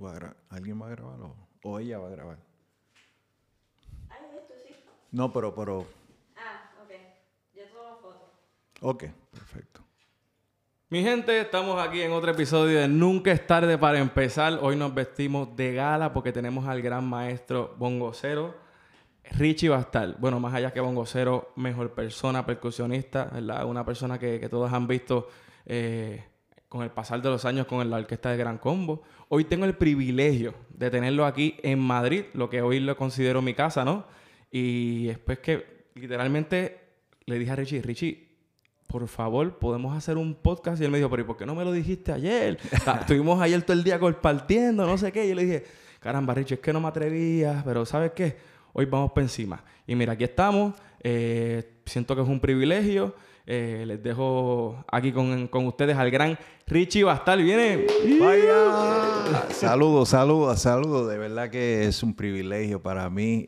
¿Alguien va a grabar o ella va a grabar? Ay, esto sí. No, pero... Ok. Yo tomo fotos. Ok, perfecto. Mi gente, estamos aquí en otro episodio de Nunca es tarde para empezar. Hoy nos vestimos de gala porque tenemos al gran maestro bongocero, Richie Bastal. Bueno, más allá que bongocero, mejor persona, percusionista, ¿verdad? Una persona que todos han visto con el pasar de los años con la orquesta de Gran Combo. Hoy tengo el privilegio de tenerlo aquí en Madrid, lo que hoy lo considero mi casa, ¿no? Y después que literalmente le dije a Richie, por favor, podemos hacer un podcast. Y él me dijo, pero ¿y por qué no me lo dijiste ayer? Estuvimos ayer todo el día compartiendo, no sé qué. Y yo le dije, caramba, Richie, es que no me atrevía, pero ¿sabes qué? Hoy vamos para encima. Y mira, aquí estamos. Siento que es un privilegio. Les dejo aquí con ustedes al gran Richie Bastal. ¡Viene! ¡Vaya! Saludos. De verdad que es un privilegio para mí.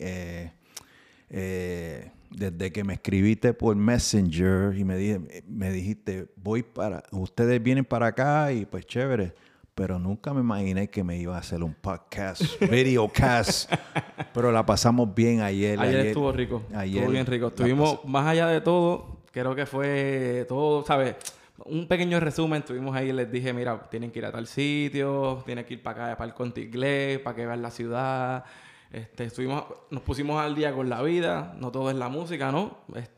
Desde que me escribiste por Messenger y me dijiste, ustedes vienen para acá y pues chévere. Pero nunca me imaginé que me iba a hacer un podcast, videocast. Pero la pasamos bien ayer. Ayer estuvo rico. Estuvo bien rico. Estuvimos más allá de todo. Creo que fue todo, ¿sabes? Un pequeño resumen. Estuvimos ahí y les dije, mira, tienen que ir a tal sitio. Tienen que ir para acá, para el Corte Inglés, para que vean la ciudad. Nos pusimos al día con la vida. No todo es la música, ¿no?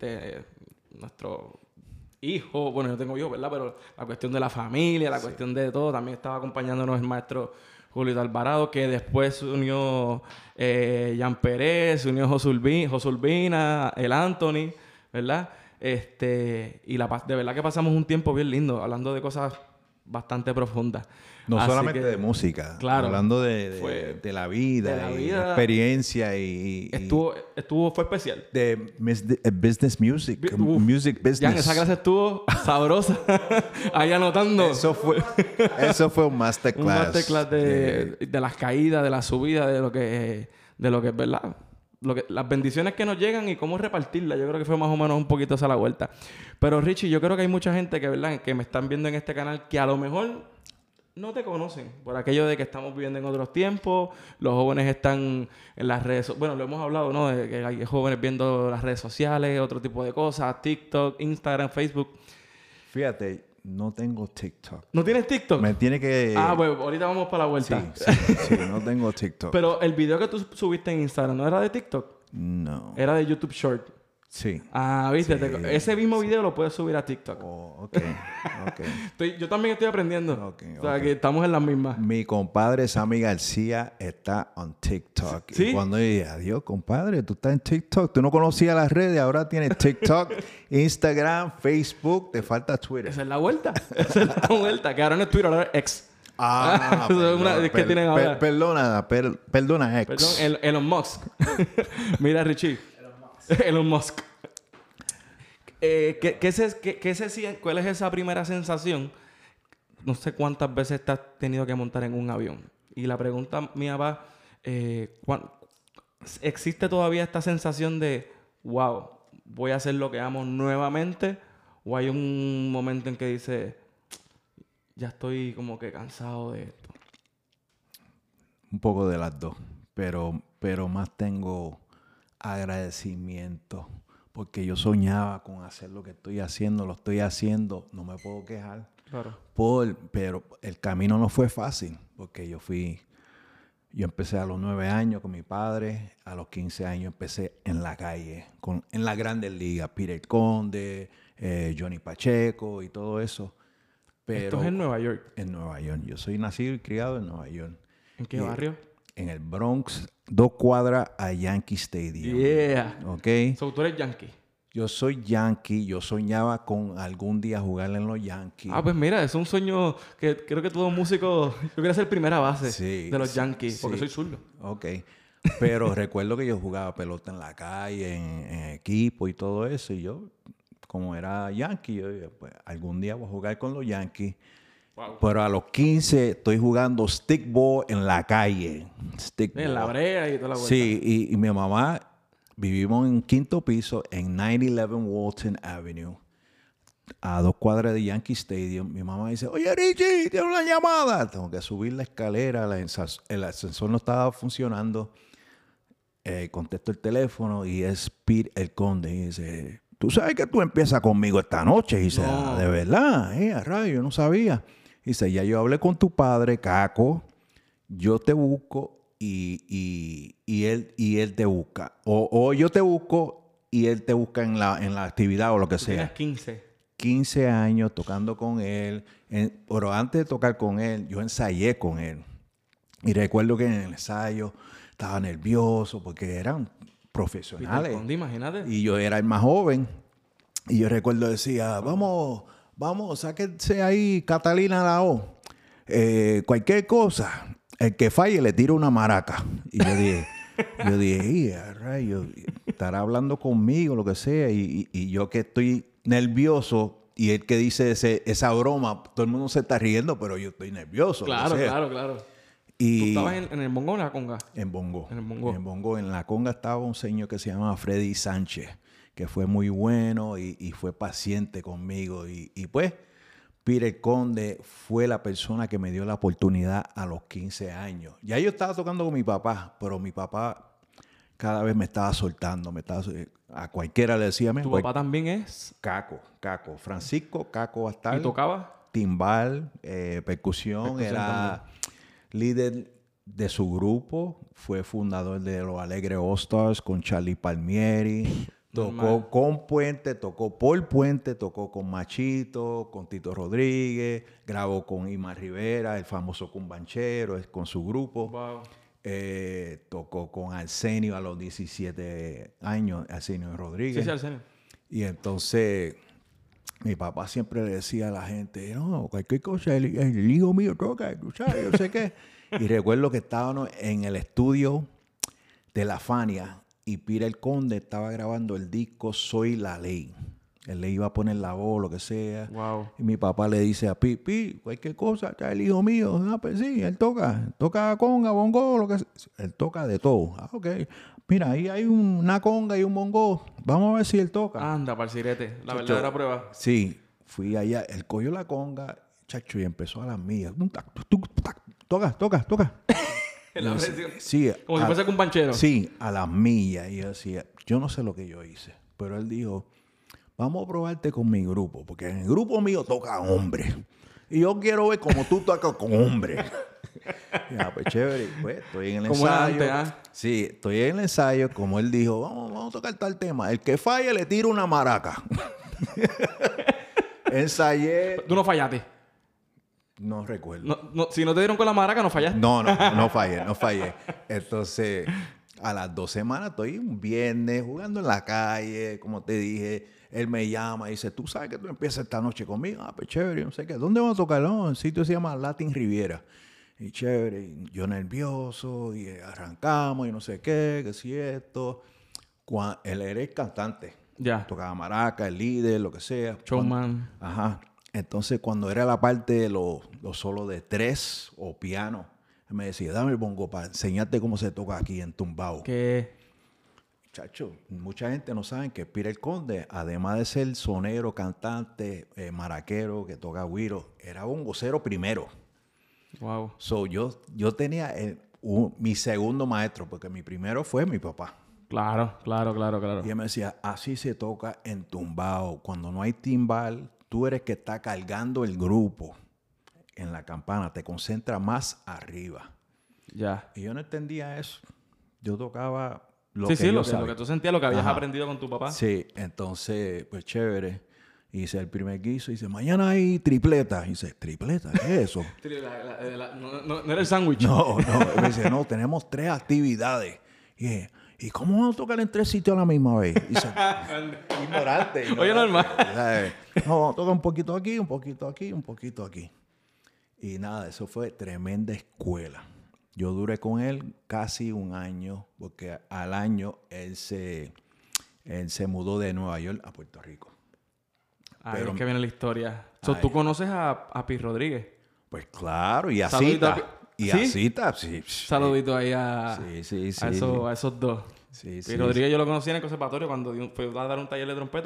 Nuestro hijo, bueno, yo tengo hijos, ¿verdad? Pero la cuestión de la familia, la cuestión de todo. También estaba acompañándonos el maestro Julio Alvarado, que después se unió Jan Pérez, se unió Josulvina, el Anthony, ¿verdad? Y de verdad que pasamos un tiempo bien lindo, hablando de cosas bastante profundas. No Así solamente que, de música, claro, hablando de la vida, y experiencia y fue especial. De business music, music business. Jan, esa clase estuvo sabrosa. Ahí anotando. Eso fue un masterclass. Un masterclass de las caídas, de la subida, de lo que es verdad. Las bendiciones que nos llegan y cómo repartirlas. Yo creo que fue más o menos un poquito esa la vuelta. Pero Richie, yo creo que hay mucha gente que me están viendo en este canal que a lo mejor no te conocen por aquello de que estamos viviendo en otros tiempos. Los jóvenes están en las redes... Bueno, lo hemos hablado, ¿no? De que hay jóvenes viendo las redes sociales, otro tipo de cosas. TikTok, Instagram, Facebook. Fíjate, no tengo TikTok. ¿No tienes TikTok? Me tiene que... Pues ahorita vamos para la vuelta. Sí, no tengo TikTok. Pero el video que tú subiste en Instagram, ¿no era de TikTok? No. Era de YouTube Short. Sí. ¿Viste? Sí, ese mismo video lo puedes subir a TikTok. Oh, ok. Yo también estoy aprendiendo. Okay, o sea, que estamos en las mismas. Mi compadre Sammy García está en TikTok. ¿Sí? Y cuando yo dije, adiós, compadre, tú estás en TikTok. Tú no conocías las redes, ahora tienes TikTok, Instagram, Facebook, te falta Twitter. Esa es la vuelta. Esa es la vuelta. Que ahora no es Twitter, ahora es X. Perdona, X. Perdón, Elon Musk. Mira, Richie. Elon Musk. ¿Cuál es esa primera sensación? No sé cuántas veces te has tenido que montar en un avión. Y la pregunta mía va, ¿existe todavía esta sensación de, wow, voy a hacer lo que amo nuevamente? ¿O hay un momento en que dices, ya estoy como que cansado de esto? Un poco de las dos. Pero más tengo agradecimiento. Porque yo soñaba con hacer lo que estoy haciendo. Lo estoy haciendo. No me puedo quejar. Claro. Pero el camino no fue fácil. Porque yo empecé a los 9 años con mi padre. A los 15 años empecé en la calle. En las grandes ligas. Peter Conde, Johnny Pacheco y todo eso. Pero ¿esto es en Nueva York? En Nueva York. Yo soy nacido y criado en Nueva York. ¿En qué barrio? En el Bronx, 2 cuadras a Yankee Stadium. Yeah. ¿Ok? So, tú eres Yankee. Yo soy Yankee. Yo soñaba con algún día jugar en los Yankees. Pues mira, es un sueño que creo que todo músico... Yo quería ser primera base de los Yankees, porque soy zurdo. Ok. Pero recuerdo que yo jugaba pelota en la calle, en equipo y todo eso. Y yo, como era Yankee, yo dije, pues algún día voy a jugar con los Yankees. Wow. Pero a los 15 estoy jugando stickball en la calle. En la brea y toda la vuelta. Sí, y mi mamá, vivimos en un 5º piso en 911 Walton Avenue. a 2 cuadras de Yankee Stadium. Mi mamá dice, oye, Richie, tiene una llamada. Tengo que subir la escalera, el ascensor no estaba funcionando. Contesto el teléfono y es Pete el Conde. Y dice, tú sabes que tú empiezas conmigo esta noche. Y dice, No. de verdad, a rayo, yo no sabía. Y dice, ya yo hablé con tu padre, Caco, yo te busco y él te busca. O yo te busco y él te busca en la actividad o lo que Tú tienes sea. 15. 15 años tocando con él. Pero antes de tocar con él, yo ensayé con él. Y recuerdo que en el ensayo estaba nervioso porque eran profesionales. Peter Conde, imagínate. Y yo era el más joven. Y yo recuerdo decía, vamos, sáquense ahí Catalina la O. Cualquier cosa, el que falle le tira una maraca. Y yo dije, a rayos, estará hablando conmigo, lo que sea. Y yo que estoy nervioso y él que dice esa broma, todo el mundo se está riendo, pero yo estoy nervioso. Claro, o sea. claro. Y ¿Tú estabas en el bongo o en la conga? en bongo. En el bongo. En bongo. En la conga estaba un señor que se llama Freddy Sánchez, que fue muy bueno y fue paciente conmigo. Y pues, Peter Conde fue la persona que me dio la oportunidad a los 15 años. Ya yo estaba tocando con mi papá, pero mi papá cada vez me estaba soltando. A cualquiera le decía, ¿Tu papá también es? Caco. Francisco Caco Bastal. ¿Y tocaba? Timbal, percusión, era líder de su grupo, fue fundador de Los Alegres All Stars con Charlie Palmieri, tocó con Puente, tocó por Puente, tocó con Machito, con Tito Rodríguez, grabó con Ima Rivera, el famoso cumbanchero, con su grupo. Wow. Tocó con Arsenio a los 17 años, Arsenio Rodríguez. Sí, Arsenio. Y entonces mi papá siempre le decía a la gente, no, cualquier cosa, el hijo mío toca, tú sabes, yo sé qué. Y recuerdo que estábamos en el estudio de La Fania y Peter Conde estaba grabando el disco Soy la Ley. Él le iba a poner la voz, lo que sea. Wow. Y mi papá le dice a Pi, cualquier cosa, está el hijo mío. Ah, pues sí, él toca conga, bongo, lo que sea. Él toca de todo. Ah, ok. Mira, ahí hay una conga y un bongo. Vamos a ver si él toca. Anda, parcirete. La verdadera prueba. Sí, fui allá. Él cogió la conga, chacho, y empezó a las millas. Toca. La versión. Sí, Como si fuese cumbanchero. Sí, a las millas. Y yo decía, yo no sé lo que yo hice. Pero él dijo, vamos a probarte con mi grupo. Porque en el grupo mío toca hombres. Y yo quiero ver cómo tú tocas con hombres. Ya, pues chévere. Pues estoy en el Como ensayo. antes, ¿ah? Sí, estoy en el ensayo. Como él dijo, vamos a tocar tal tema. El que falle le tira una maraca. Ensayé. Tú no fallaste. No recuerdo. Si no te dieron con la maraca, no fallaste. No fallé. Entonces, a las 2 semanas estoy un viernes jugando en la calle, como te dije. Él me llama y dice, ¿tú sabes que tú empiezas esta noche conmigo? Ah, pues chévere, no sé qué. ¿Dónde vamos a tocar? No, el sitio se llama Latin Riviera. Y chévere, y yo nervioso, y arrancamos, y no sé qué, que si esto. Él era el cantante. Ya. Tocaba maraca, el líder, lo que sea. Showman. Ajá. Entonces, cuando era la parte de los solos de 3 o piano, él me decía, dame el bongo para enseñarte cómo se toca aquí en Tumbao. Que Chacho, mucha gente no sabe que Peter Conde, además de ser sonero, cantante, maraquero, que toca güiro, era bongocero primero. wow. So, yo tenía mi segundo maestro, porque mi primero fue mi papá. Claro. Y él me decía, así se toca en Tumbao. Cuando no hay timbal, tú eres que está cargando el grupo en la campana. Te concentras más arriba. Ya. Y yo no entendía eso. Yo tocaba lo Sí, que yo lo sabía. que tú sentías, lo que habías Ajá. aprendido con tu papá. Sí, entonces, pues chévere. Hice el primer guiso y dice, mañana hay tripleta. Y dice, ¿tripleta? ¿Qué es eso? No era el sándwich. No. Él me dice, no, tenemos 3 actividades. Y dije, ¿y cómo vamos a tocar en 3 sitios a la misma vez? Y dice, ignorante. Oye, normal. ¿Sabes? No, vamos a tocar un poquito aquí, un poquito aquí, un poquito aquí. Y nada, eso fue tremenda escuela. Yo duré con él casi un año, porque al año él se mudó de Nueva York a Puerto Rico. Ahí Pero- es que viene la historia. So, ¿tú conoces a Pi Rodríguez? Pues claro, y así Saludito está. a- Y ¿Sí? así está, sí. Saludito ahí a Sí. esos dos. Sí, Pi Rodríguez yo lo conocí en el conservatorio cuando fue a dar un taller de trompeta.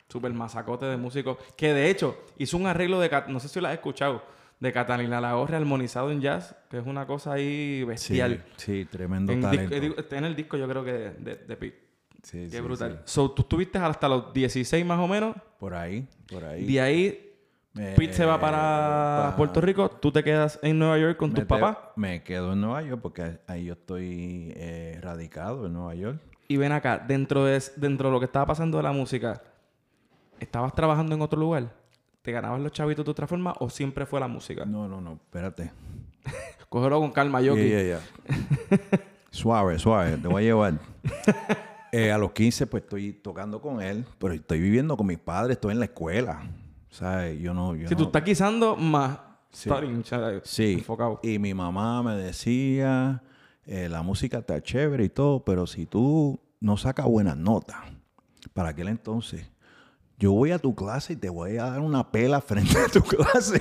Súper masacote de músicos. Que de hecho, hizo un arreglo de... No sé si lo has escuchado. De Catalina Lagorre armonizado en jazz. Que es una cosa ahí bestial. Sí, tremendo En talento. está en el disco, yo creo que de Pete. Sí, Qué sí, brutal. sí. So, tú estuviste hasta los 16 más o menos. Por ahí. De ahí, Pete se va para Puerto Rico. Tú te quedas en Nueva York con tus papás. Me quedo en Nueva York porque ahí yo estoy radicado en Nueva York. Y ven acá, dentro de lo que estaba pasando de la música, ¿estabas trabajando en otro lugar? ¿Te ganabas los chavitos de otra forma o siempre fue la música? No, espérate. Cógelo con calma, Yoki. Ya. Suave, te voy a llevar. A los 15 pues estoy tocando con él, pero estoy viviendo con mis padres, estoy en la escuela. ¿Sabes? Si tú estás guisando más Sí. studying, ¿sabes? Sí, Enfocado. y mi mamá me decía, la música está chévere y todo, pero si tú no sacas buenas notas, para aquel entonces, yo voy a tu clase y te voy a dar una pela frente a tu clase.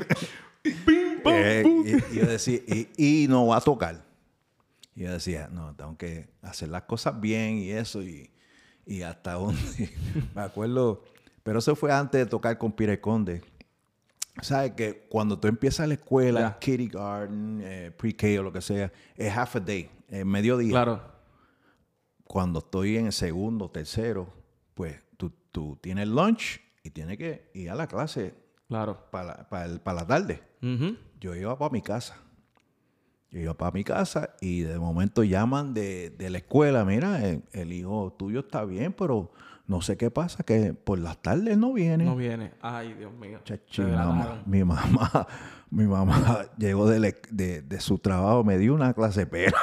Y yo decía, y no va a tocar. Y yo decía, no, tengo que hacer las cosas bien y eso, y hasta donde, me acuerdo, pero eso fue antes de tocar con Peter Conde. ¿Sabes que cuando tú empiezas la escuela, Ya. kindergarten, pre-K o lo que sea, es half a day, mediodía. Claro. Cuando estoy en el segundo, tercero, pues tú tienes lunch y tienes que ir a la clase Claro. para la tarde. Ujú. Yo iba para mi casa. Y de momento llaman de la escuela. Mira, el hijo tuyo está bien, pero no sé qué pasa, que por las tardes no viene. No viene. Ay, Dios mío. Chachi, Te delataron. mi mamá llegó de su trabajo, me dio una clase pera.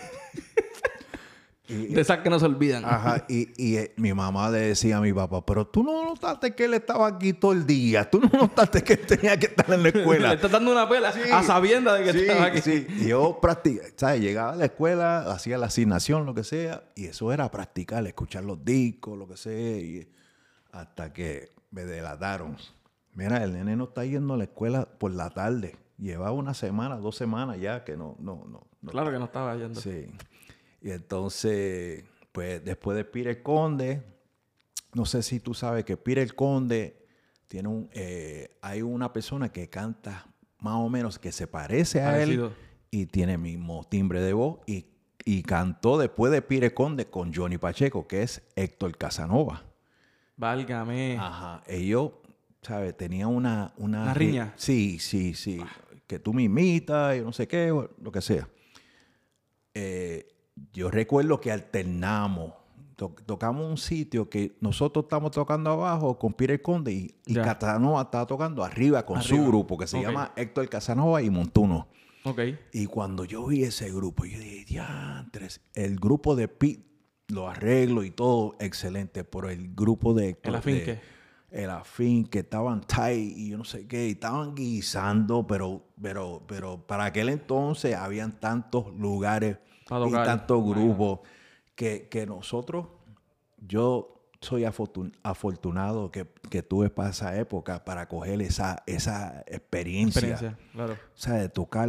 De esas que no se olvidan. Ajá, y mi mamá le decía a mi papá, pero tú no notaste que él estaba aquí todo el día, tú no notaste que él tenía que estar en la Le escuela. estás dando una pela a sabiendas de que Sí, estaba aquí. sí. Y yo practicaba, ¿sabes? Llegaba a la escuela, hacía la asignación, lo que sea, y eso era practicar, escuchar los discos, lo que sea, y hasta que me delataron. Mira, el nene no está yendo a la escuela por la tarde. Llevaba 1 semana, 2 semanas ya que no. Claro que no estaba yendo. Sí. Y entonces, pues después de Peter Conde, no sé si tú sabes que Peter Conde tiene hay una persona que canta más o menos que se parece a Parecido. él y tiene el mismo timbre de voz y cantó después de Peter Conde con Johnny Pacheco, que es Héctor Casanova. Válgame. Ajá. Ellos, ¿sabes? Tenían una riña. Sí. Que tú me imitas y no sé qué, o lo que sea. Yo recuerdo que alternamos. Tocamos un sitio que nosotros estamos tocando abajo con Peter Conde y Ya. Casanova estaba tocando arriba con su Arriba. grupo que se Ok. llama Héctor Casanova y Montuno. Ok. Y cuando yo vi ese grupo, yo dije, diantres, el grupo de Pete, lo arreglo y todo, excelente, pero el grupo de Héctor... El afinque. El afinque, estaban tight y yo no sé qué, y estaban guisando, pero para aquel entonces habían tantos lugares Para y tocar. tantos grupos que nosotros, yo soy afortunado que tuve para esa época para coger esa experiencia. Claro. O sea, de tocar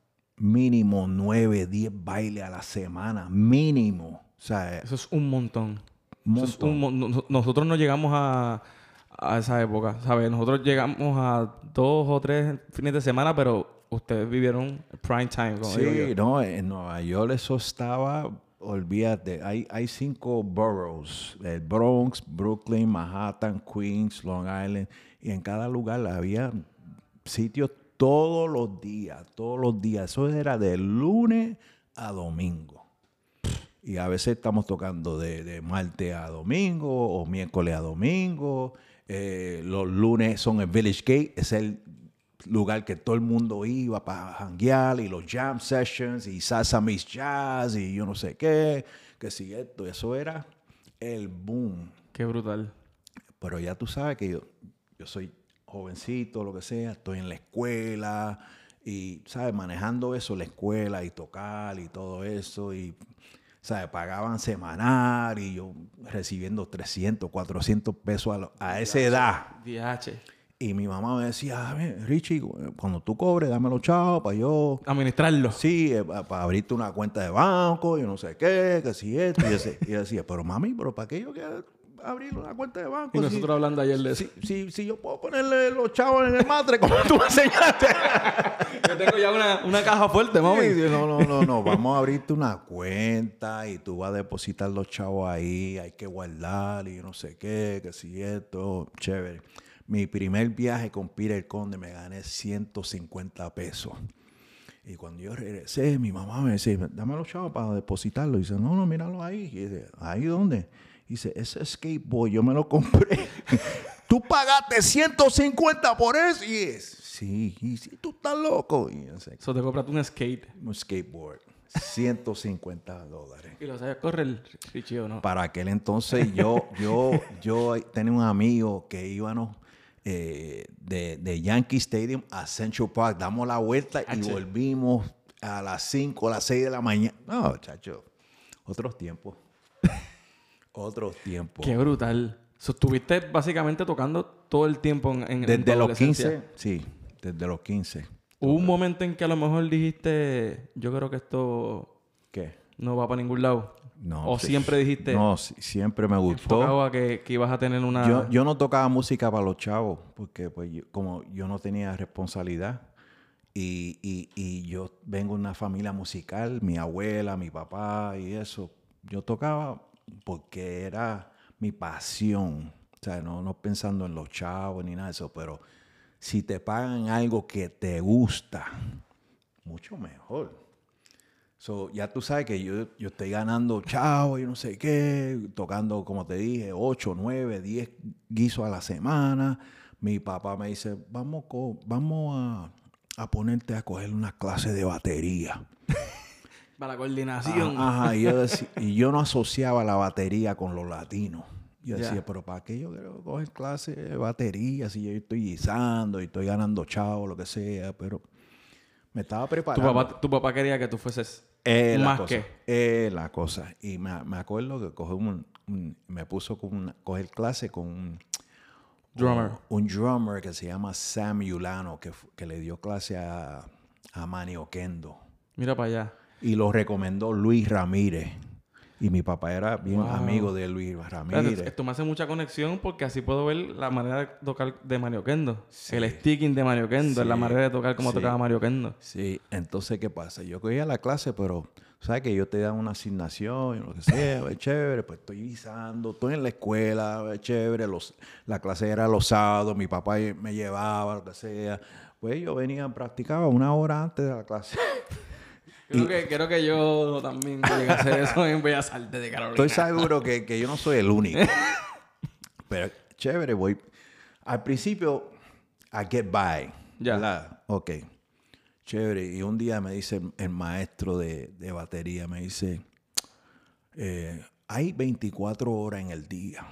mínimo 9, 10 bailes a la semana, mínimo. O sea, Eso es un montón. un Eso es montón. nosotros no llegamos a esa época, ¿sabes? Nosotros llegamos a 2 o 3 fines de semana, pero ustedes vivieron prime time, como digo Sí, yo. no, en Nueva York eso estaba, olvídate, hay 5 boroughs, el Bronx, Brooklyn, Manhattan, Queens, Long Island, y en cada lugar había sitios todos los días, eso era de lunes a domingo. Y a veces estamos tocando de martes a domingo o miércoles a domingo. Los lunes son el Village Gate, es el lugar que todo el mundo iba para janguear y los jam sessions y salsa mix jazz y yo no sé qué, que si esto, eso era el boom. Qué brutal. Pero ya tú sabes que yo soy jovencito, lo que sea, estoy en la escuela y, ¿sabes? Manejando eso, la escuela y tocar y todo eso y, ¿sabes? Pagaban semanal y yo recibiendo 300, 400 pesos a esa edad. DH. Y mi mamá me decía, a ver, Richie, cuando tú cobres, dame los chavos para yo... Administrarlo. Sí, para abrirte una cuenta de banco y no sé qué, que si esto. Y yo decía, pero mami, ¿pero para qué yo quiero abrir una cuenta de banco. Y nosotros hablando ayer de eso. Si yo puedo ponerle los chavos en el matre, como tú me enseñaste. Yo tengo ya una caja fuerte, mami. Sí, no. Vamos a abrirte una cuenta y tú vas a depositar los chavos ahí. Hay que guardar y no sé qué, que si esto. Chévere. Mi primer viaje con Peter Conde me gané 150 pesos. Y cuando yo regresé, mi mamá me decía, dame los chavos para depositarlo. Y dice, no, míralo ahí. Y dice, ¿ahí dónde? Y dice, ese skateboard yo me lo compré. ¿Tú pagaste 150 por eso? Y es, sí, tú estás loco. Y yo sé, Eso te compraste un skate. un skateboard, $150. Y lo sabes correr, Richie, ¿o no? Para aquel entonces yo tenía un amigo que íbamos de Yankee Stadium a Central Park. Damos la vuelta y volvimos a las 5, a las 6 de la mañana. No, chacho, otros tiempos. Otros tiempos. Qué brutal. Estuviste básicamente tocando todo el tiempo en tu Desde los adolescencia. 15, sí, desde los 15. Hubo un momento en que a lo mejor dijiste, yo creo que esto ¿Qué? no va para ningún lado. No. O sí. siempre dijiste, No, siempre me gustó. enfocado a que ibas a tener una... Yo no tocaba música para los chavos porque pues como yo no tenía responsabilidad y yo vengo de una familia musical, mi abuela, mi papá y eso. Yo tocaba porque era mi pasión. O sea, no pensando en los chavos ni nada de eso, pero si te pagan algo que te gusta, mucho mejor. So, ya tú sabes que yo estoy ganando chavos y no sé qué, tocando, como te dije, 8, 9, 10 guisos a la semana. Mi papá me dice, vamos a ponerte a coger una clase de batería. Para la coordinación. Ajá, y yo no asociaba la batería con los latinos. Yo decía, Ya. pero ¿para qué yo quiero coger clase de batería si yo estoy guisando y estoy ganando chavos, lo que sea? Pero me estaba preparando. Tu papá quería que tú fueses La más cosa, que... la cosa. Y me acuerdo que me puso coger clase con Drummer. un drummer que se llama Sam Yulano, que le dio clase a Manny Oquendo. Mira para allá. Y lo recomendó Luis Ramírez. Y mi papá era bien amigo de Luis Ramírez. Espérate, esto me hace mucha conexión porque así puedo ver la manera de tocar de Mario Kendo. Sí. El sticking de Mario Kendo, Sí. la manera de tocar como Sí. tocaba Mario Kendo. Sí, entonces, ¿qué pasa? Yo cogía la clase, pero, ¿sabes? Que yo te dan una asignación, lo que sea, es chévere, pues estoy guisando, estoy en la escuela, es chévere, la clase era los sábados, mi papá me llevaba, lo que sea. Pues yo venía, practicaba 1 hora antes de la clase. Creo que yo también llegué a hacer eso en Bellas Artes de Carolina. Estoy seguro que yo no soy el único. Pero chévere, voy. Al principio, I get by. Ya. ¿Verdad? Ok. Chévere. Y un día me dice el maestro de batería, me dice, hay 24 horas en el día.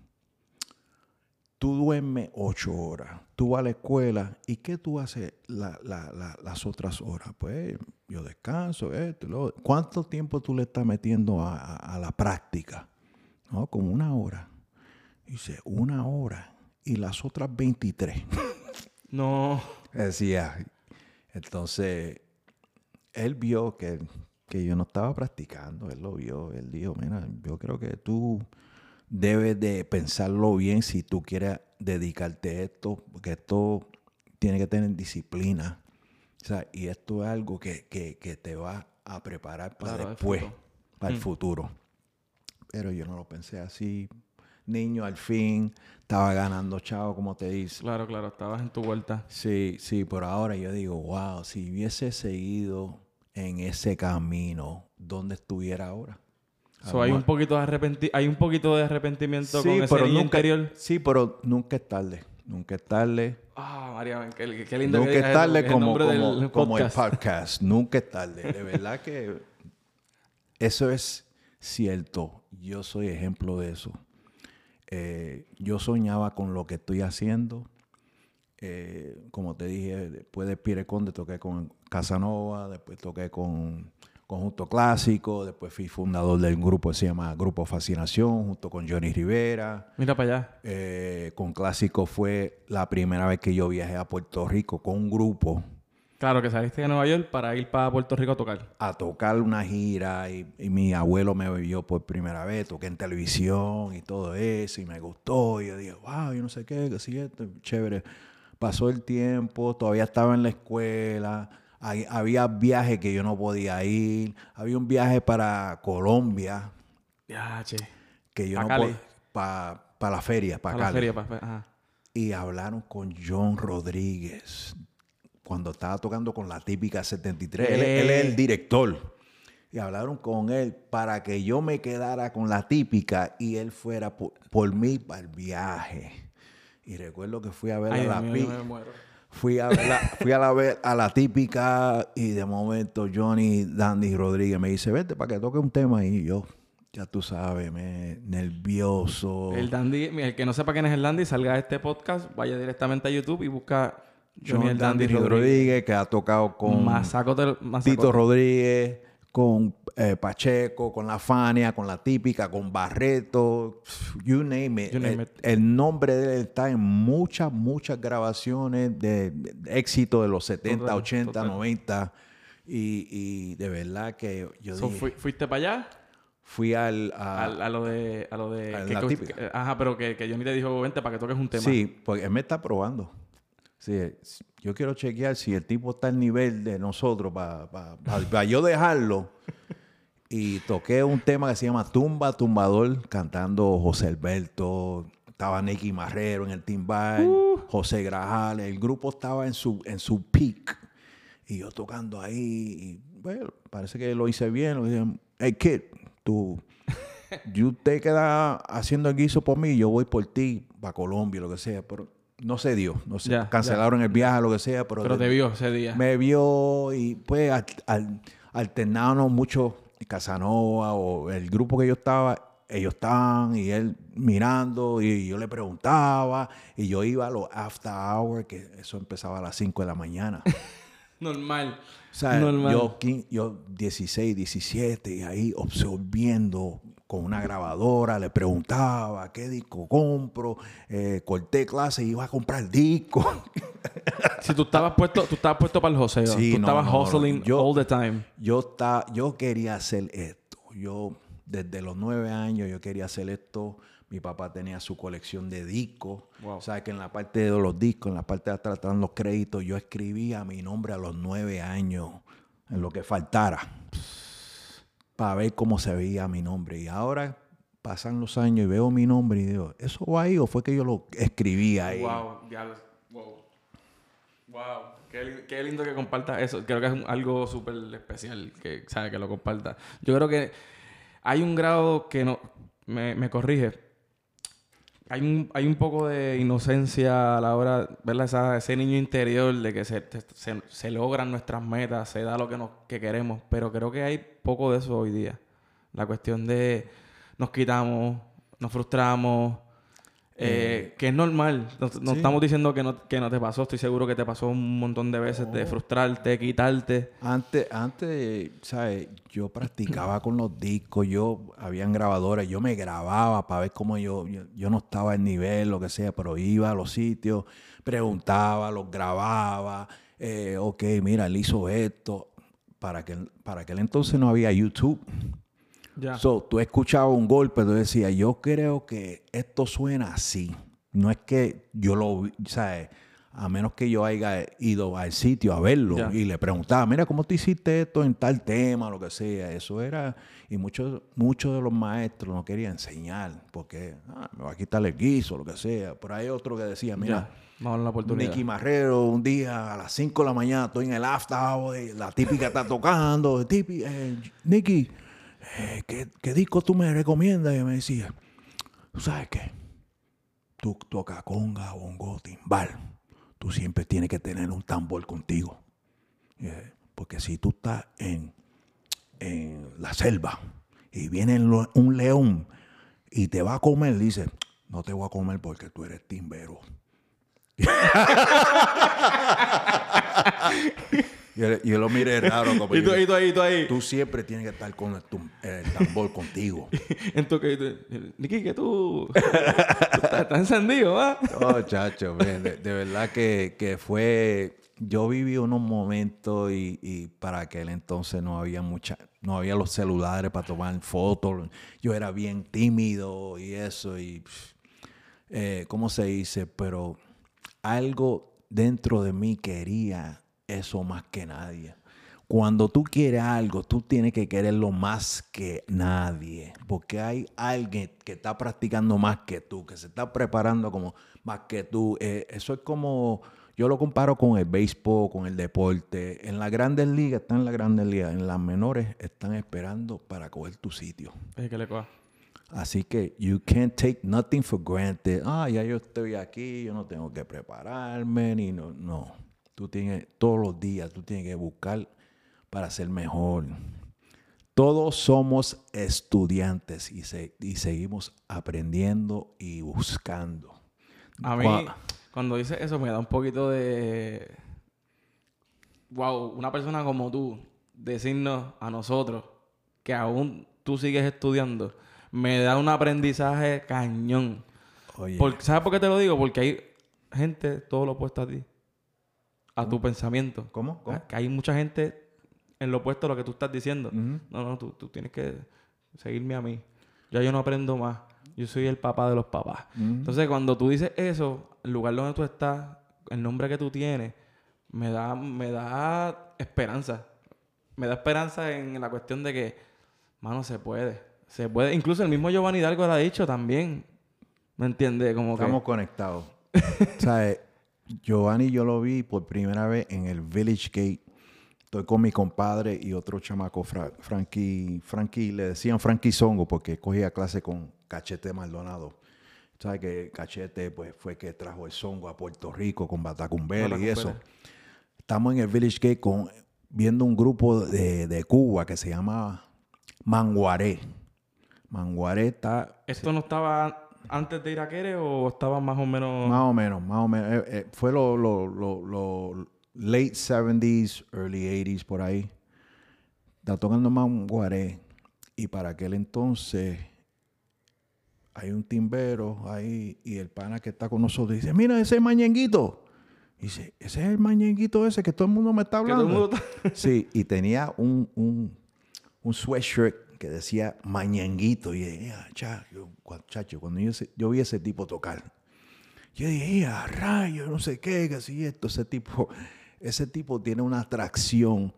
Tú duermes 8 horas. Tú vas a la escuela. ¿Y qué tú haces las otras horas? Pues yo descanso, esto y lo otro. ¿Cuánto tiempo tú le estás metiendo a la práctica? No, como 1 hora. Dice, 1 hora. Y las otras 23. No. Decía. Entonces, él vio que yo no estaba practicando. Él lo vio. Él dijo, mira, yo creo que tú debes de pensarlo bien si tú quieres dedicarte a esto, porque esto tiene que tener disciplina. O sea, y esto es algo que te va a preparar para Claro, después, para el futuro. Pero yo no lo pensé así. Niño, al fin, estaba ganando chavo, como te dice. Claro, estabas en tu vuelta. Sí, por ahora yo digo, wow, si hubiese seguido en ese camino, ¿dónde estuviera ahora? Hay un poquito de arrepentimiento con ese niño interior. Sí, pero nunca es tarde. Nunca es tarde. Ah, María, qué lindo Nunca que es digas tarde eso, porque es el nombre del como el podcast. podcast. Nunca es tarde. De verdad que eso es cierto. Yo soy ejemplo de eso. Yo soñaba con lo que estoy haciendo. Como te dije, después de Peter Conde toqué con Casanova, después toqué con Conjunto Clásico, después fui fundador del grupo que se llama Grupo Fascinación, junto con Johnny Rivera. Mira para allá. Con Clásico fue la primera vez que yo viajé a Puerto Rico con un grupo. Claro, que saliste de Nueva York para ir para Puerto Rico a tocar. A tocar una gira y mi abuelo me vio por primera vez, toqué en televisión y todo eso y me gustó y yo dije, wow, yo no sé qué, que sí, esto, chévere. Pasó el tiempo, todavía estaba en la escuela, había viajes que yo no podía ir, había un viaje para Colombia Ya, che. que yo ¿Pa' no Cali? podía, para la feria, para Para la Cali. feria, ajá. Y hablaron con John Rodríguez cuando estaba tocando con la típica 73. Él es el director. Y hablaron con él para que yo me quedara con la típica y él fuera por mí para el viaje. Y recuerdo que fui a ver Ay, a la Dios mío, yo me muero. fui a la típica y de momento Johnny Dandy Rodríguez me dice, vete para que toque un tema y yo, ya tú sabes, nervioso. El Dandy, mira, el que no sepa quién es el Dandy, salga de este podcast, vaya directamente a YouTube y busca Johnny el Dandy Rodríguez. Rodríguez, que ha tocado con Tito Rodríguez, con Pacheco, con La Fania, con la típica, con Barreto, you name it. El nombre de él está en muchas grabaciones de éxito de los 70, total, 80, total. 90. Y de verdad que yo dije... ¿Fuiste para allá? Fui a lo de la típica. Ajá, pero que Johnny te dijo, vente para que toques un tema. Sí, porque él me está probando. Sí, yo quiero chequear si el tipo está al nivel de nosotros para yo dejarlo. Y toqué un tema que se llama Tumba Tumbador, cantando José Alberto, estaba Nicky Marrero en el timbal, José Grajales. El grupo estaba en su peak. Y yo tocando ahí. Y, bueno, parece que lo hice bien. Lo dije, hey, kid, tú te quedas haciendo el guiso por mí, yo voy por ti para Colombia, lo que sea. Pero no se dio. No sé, cancelaron el viaje, lo que sea. Pero te vio ese día. Me vio y pues alternábamos mucho Casanova o el grupo que yo estaba. Ellos estaban y él mirando y yo le preguntaba y yo iba a los after hours, que eso empezaba a las 5 de la mañana. Normal. O sea, normal. Yo 16, 17 y ahí absorbiendo con una grabadora, le preguntaba qué disco compro, corté clase y iba a comprar disco. Si tú estabas puesto para el joseo, sí, tú estabas hustling all the time. Yo quería hacer esto. Yo desde los 9 años yo quería hacer esto. Mi papá tenía su colección de discos. Wow. O sea, que en la parte de los discos, en la parte de atrás estaban los créditos, yo escribía mi nombre a los 9 años, en lo que faltara, para ver cómo se veía mi nombre. Y ahora pasan los años y veo mi nombre y digo, ¿eso va ahí o fue que yo lo escribí ahí? Wow, wow. Qué lindo que compartas eso. Creo que es algo súper especial que, ¿sabes? Que lo compartas. Yo creo que hay un grado que no... Me corrige. Hay un poco de inocencia a la hora, ¿verdad? Ese niño interior de que se logran nuestras metas, se da lo que queremos, pero creo que hay poco de eso hoy día. La cuestión de nos quitamos, nos frustramos, que es normal. No sí. Estamos diciendo que no te pasó. Estoy seguro que te pasó un montón de veces de frustrarte, quitarte. Antes, ¿sabes? Yo practicaba con los discos. Habían grabadoras. Yo me grababa para ver cómo yo no estaba al nivel, lo que sea, pero iba a los sitios, preguntaba, los grababa. Ok, mira, él hizo esto. Para aquel entonces no había YouTube. Yeah. So, tú escuchabas un golpe, tú decías, yo creo que esto suena así. No es que yo lo vi, ¿sabes? A menos que yo haya ido al sitio a verlo y le preguntaba, mira, ¿cómo tú hiciste esto en tal tema, lo que sea? Eso era... Y muchos de los maestros no querían enseñar porque me va a quitar el guiso, lo que sea. Pero hay otro que decía, mira... Vamos a la oportunidad. Nicky Marrero, un día a las 5 de la mañana, estoy en el after hour, la típica está tocando. Nicky... ¿Qué disco tú me recomiendas? Y me decía, ¿tú sabes qué? Tú tocas conga, bongo, timbal. Tú siempre tienes que tener un tambor contigo. Porque si tú estás en la selva y viene un león y te va a comer, dice, no te voy a comer porque tú eres timbero. Y Yo lo miré raro. Como Y tú ahí. Tú siempre tienes que estar con el tambor contigo. Entonces, Nicky, que tú estás encendido, ¿ah? Oh, chacho, man, de verdad que fue... Yo viví unos momentos y para aquel entonces no había los celulares para tomar fotos. Yo era bien tímido y eso y... ¿cómo se dice? Pero algo dentro de mí quería eso más que nadie. Cuando tú quieres algo, tú tienes que quererlo más que nadie. Porque hay alguien que está practicando más que tú, que se está preparando como más que tú. Eso es como, yo lo comparo con el béisbol, con el deporte. En las grandes ligas están en las grandes ligas. En las menores están esperando para coger tu sitio. Es que le coja. Así que you can't take nothing for granted. Ya yo estoy aquí, yo no tengo que prepararme, ni no. Tú tienes, todos los días, tú tienes que buscar para ser mejor. Todos somos estudiantes y seguimos aprendiendo y buscando. A mí, cuando dices eso, me da un poquito de... Wow, una persona como tú, decirnos a nosotros que aún tú sigues estudiando, me da un aprendizaje cañón. Oye. ¿Sabes por qué te lo digo? Porque hay gente todo lo opuesto a ti. A tu pensamiento. ¿Cómo? Que hay mucha gente en lo opuesto a lo que tú estás diciendo. Uh-huh. No, tú tienes que seguirme a mí. Ya yo no aprendo más. Yo soy el papá de los papás. Uh-huh. Entonces, cuando tú dices eso, el lugar donde tú estás, el nombre que tú tienes, me da esperanza. Me da esperanza en la cuestión de que, mano, se puede. Se puede. Incluso el mismo Giovanni Hidalgo lo ha dicho también. ¿Me entiendes? Como estamos conectados. ¿Sabes? Giovanni yo lo vi por primera vez en el Village Gate. Estoy con mi compadre y otro chamaco, Frankie, le decían Frankie Zongo porque cogía clase con Cachete Maldonado. ¿Sabes que Cachete pues, fue que trajo el zongo a Puerto Rico con Batacumbele y eso? Estamos en el Village Gate viendo un grupo de Cuba que se llama Manguaré. Manguaré está... ¿Esto no estaba antes de Iraquere o estaba más o menos...? Más o menos. Fue lo late 70s, early 80s, por ahí. Está tocando Manguaré. Y para aquel entonces hay un timbero ahí y el pana que está con nosotros dice, mira ese mañenguito. Dice, ese es el mañenguito ese que todo el mundo me está hablando. Sí, y tenía un sweatshirt que decía mañenguito. Y dije, chacho, cuando yo vi a ese tipo tocar, yo dije, rayo, no sé qué, que así esto. Ese tipo tiene una atracción.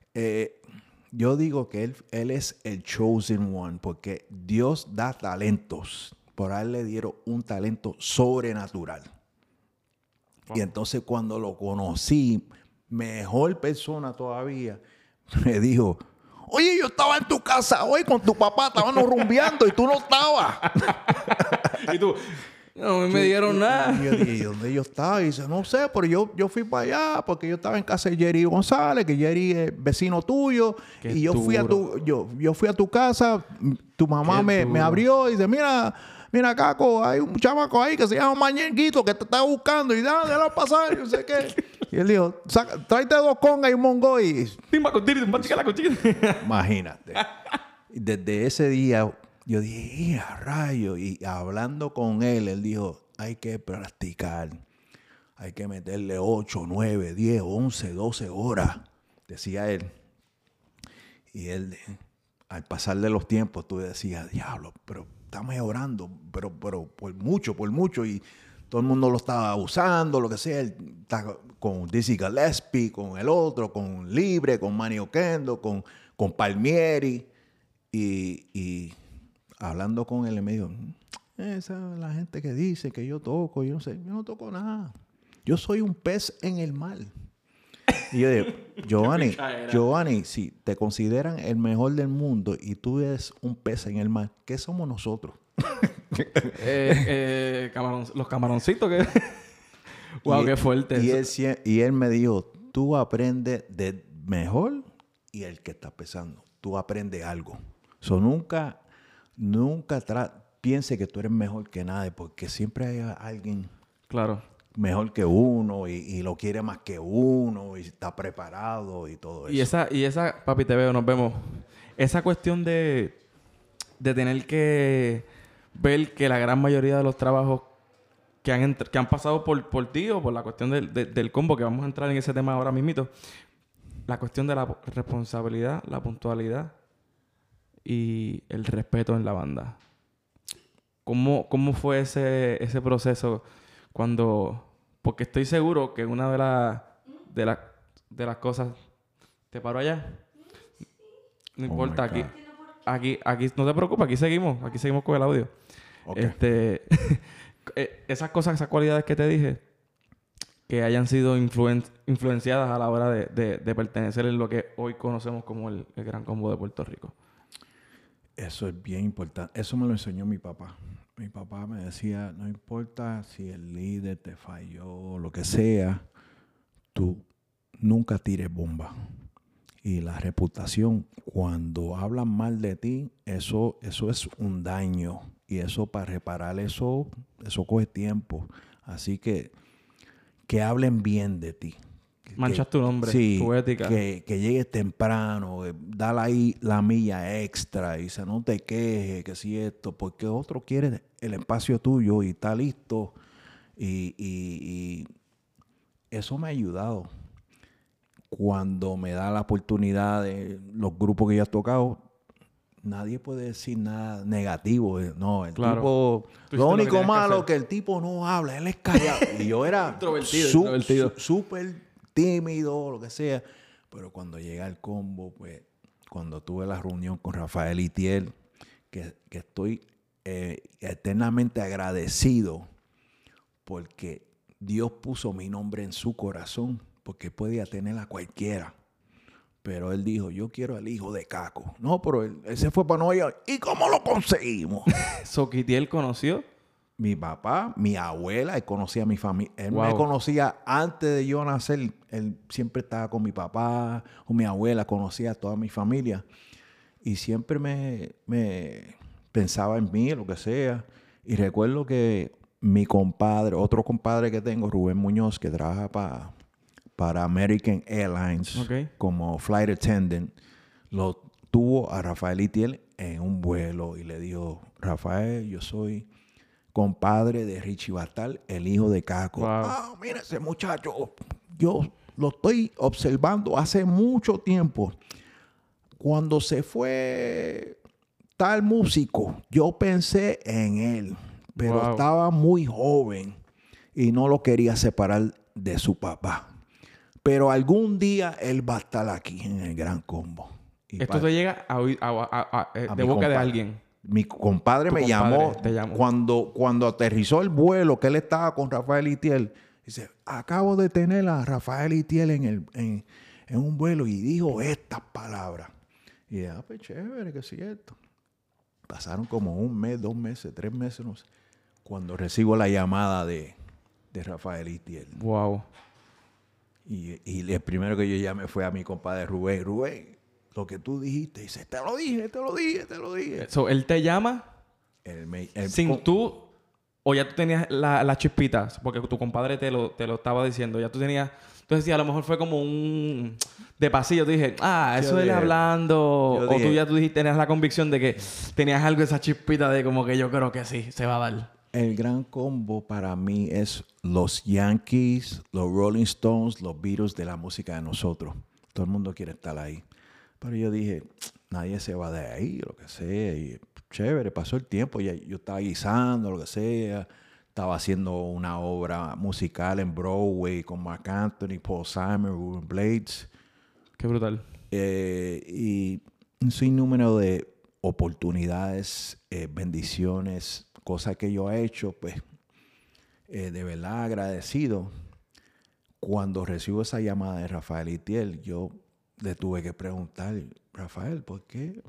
Yo digo que él es el chosen one, porque Dios da talentos. Por ahí le dieron un talento sobrenatural. Wow. Y entonces cuando lo conocí, mejor persona todavía, me dijo, oye, yo estaba en tu casa hoy con tu papá, estábamos rumbeando y tú no estabas. Y tú, no me dieron nada. Y yo dije, ¿y dónde yo estaba? Y dice, no sé, pero yo fui para allá porque yo estaba en casa de Jerry González, que Jerry es vecino tuyo. Qué y yo fui a tu casa, tu mamá me abrió y dice, mira, Caco, hay un chamaco ahí que se llama Mañenguito que te está buscando y déjalo pasar, yo sé qué. Y él dijo, tráete 2 congas y un mongo y... Imagínate. Desde ese día, yo dije, rayo. Y hablando con él dijo, hay que practicar. Hay que meterle 8, 9, 10, 11, 12 horas, decía él. Y él, al pasar de los tiempos, tú decías, diablo, pero está mejorando, pero por mucho. Y todo el mundo lo estaba usando, lo que sea. Él está con Dizzy Gillespie, con el otro, con Libre, con Manny Oquendo, con Palmieri. Y hablando con él, me dijo, esa es la gente que dice que yo toco. Yo no sé, yo no toco nada. Yo soy un pez en el mar. Y yo digo, Giovanni, si te consideran el mejor del mundo y tú eres un pez en el mar, ¿qué somos nosotros? Los camaroncitos que... Wow, qué fuerte. Y él me dijo, tú aprendes del mejor y el que está pesando. Tú aprendes algo. Nunca piense que tú eres mejor que nadie, porque siempre hay alguien claro mejor que uno y lo quiere más que uno y está preparado y todo eso. Y esa, papi, te veo, nos vemos. Esa cuestión de tener que ver que la gran mayoría de los trabajos que han pasado por ti o por la cuestión del combo, que vamos a entrar en ese tema ahora mismito, la cuestión de la responsabilidad, la puntualidad y el respeto en la banda. ¿Cómo fue ese proceso cuando... Porque estoy seguro que una de las cosas... ¿Te paro allá? No Oh importa, my God. aquí, no te preocupes, aquí seguimos con el audio. Ok. Esas cosas, esas cualidades que te dije, que hayan sido influenciadas a la hora de pertenecer en lo que hoy conocemos como el Gran Combo de Puerto Rico. Eso es bien importante. Eso me lo enseñó mi papá. Mi papá me decía, no importa si el líder te falló, lo que sea, tú nunca tires bomba. Y la reputación, cuando hablan mal de ti, eso es un daño. Y eso, para reparar eso coge tiempo. Así que hablen bien de ti. Manchas tu nombre, Sí, tu ética. que llegues temprano, dale ahí la milla extra y se no te quejes, que si esto, porque otro quiere el espacio tuyo y está listo. Y eso me ha ayudado. Cuando me da la oportunidad de los grupos que yo he tocado, nadie puede decir nada negativo. No, el Claro. tipo... Tú Lo hiciste lo que único tenías que malo hacer. que el tipo no habla, él es callado. Y yo era Introvertido. súper tímido, lo que sea. Pero cuando llega el combo, pues, cuando tuve la reunión con Rafael Itiel, que estoy eternamente agradecido porque Dios puso mi nombre en su corazón, porque podía tener a cualquiera. Pero él dijo, yo quiero al hijo de Caco. No, pero él se fue para Nueva York. ¿Y cómo lo conseguimos? ¿Soquitiel conoció? Mi papá, mi abuela, él conocía a mi familia. Él Wow. me conocía antes de yo nacer. Él siempre estaba con mi papá, con mi abuela, conocía a toda mi familia. Y siempre me pensaba en mí, lo que sea. Y recuerdo que mi compadre, otro compadre que tengo, Rubén Muñoz, que trabaja para American Airlines Ok. como flight attendant, lo tuvo a Rafael Itiel en un vuelo y le dijo, Rafael, yo soy compadre de Richie Bastal, el hijo de Caco. Wow. Ah, mira ese muchacho, yo lo estoy observando hace mucho tiempo. Cuando se fue tal músico, yo pensé en él, pero Wow. estaba muy joven y no lo quería separar de su papá. Pero algún día él va a estar aquí en el Gran Combo. Y Esto te llega a de mi boca de compadre. alguien. Mi compadre Tu me compadre llamó, te llamó. cuando aterrizó el vuelo, que él estaba con Rafael Itiel. Dice, acabo de tener a Rafael Itiel en un vuelo y dijo estas palabras. Y dije, pues chévere, que es cierto. Pasaron como un mes, 2 meses, 3 meses, no sé. Cuando recibo la llamada de Rafael Itiel. Wow. Y el primero que yo llamé fue a mi compadre Rubén. Rubén, lo que tú dijiste. Dice, te lo dije. So, él te llama sin tú... O ya tú tenías las chispitas. Porque tu compadre te lo estaba diciendo. Ya tú tenías... Entonces, sí, a lo mejor fue como un... De pasillo. Tú dije, eso Yo él dije- hablando. yo O dije- tú dijiste, tenías la convicción de que tenías algo, esa chispita de como que yo creo que sí, se va a dar. El Gran Combo para mí es los Yankees, los Rolling Stones, los Beatles de la música de nosotros. Todo el mundo quiere estar ahí. Pero yo dije, nadie se va de ahí, lo que sea. Y chévere, pasó el tiempo. Yo estaba guisando, lo que sea. Estaba haciendo una obra musical en Broadway con Marc Anthony, Paul Simon, Ruben Blades. Qué brutal. Y un sinnúmero de oportunidades, bendiciones, cosas que yo he hecho, pues, de verdad agradecido. Cuando recibo esa llamada de Rafael Itiel, yo le tuve que preguntar, Rafael, ¿por qué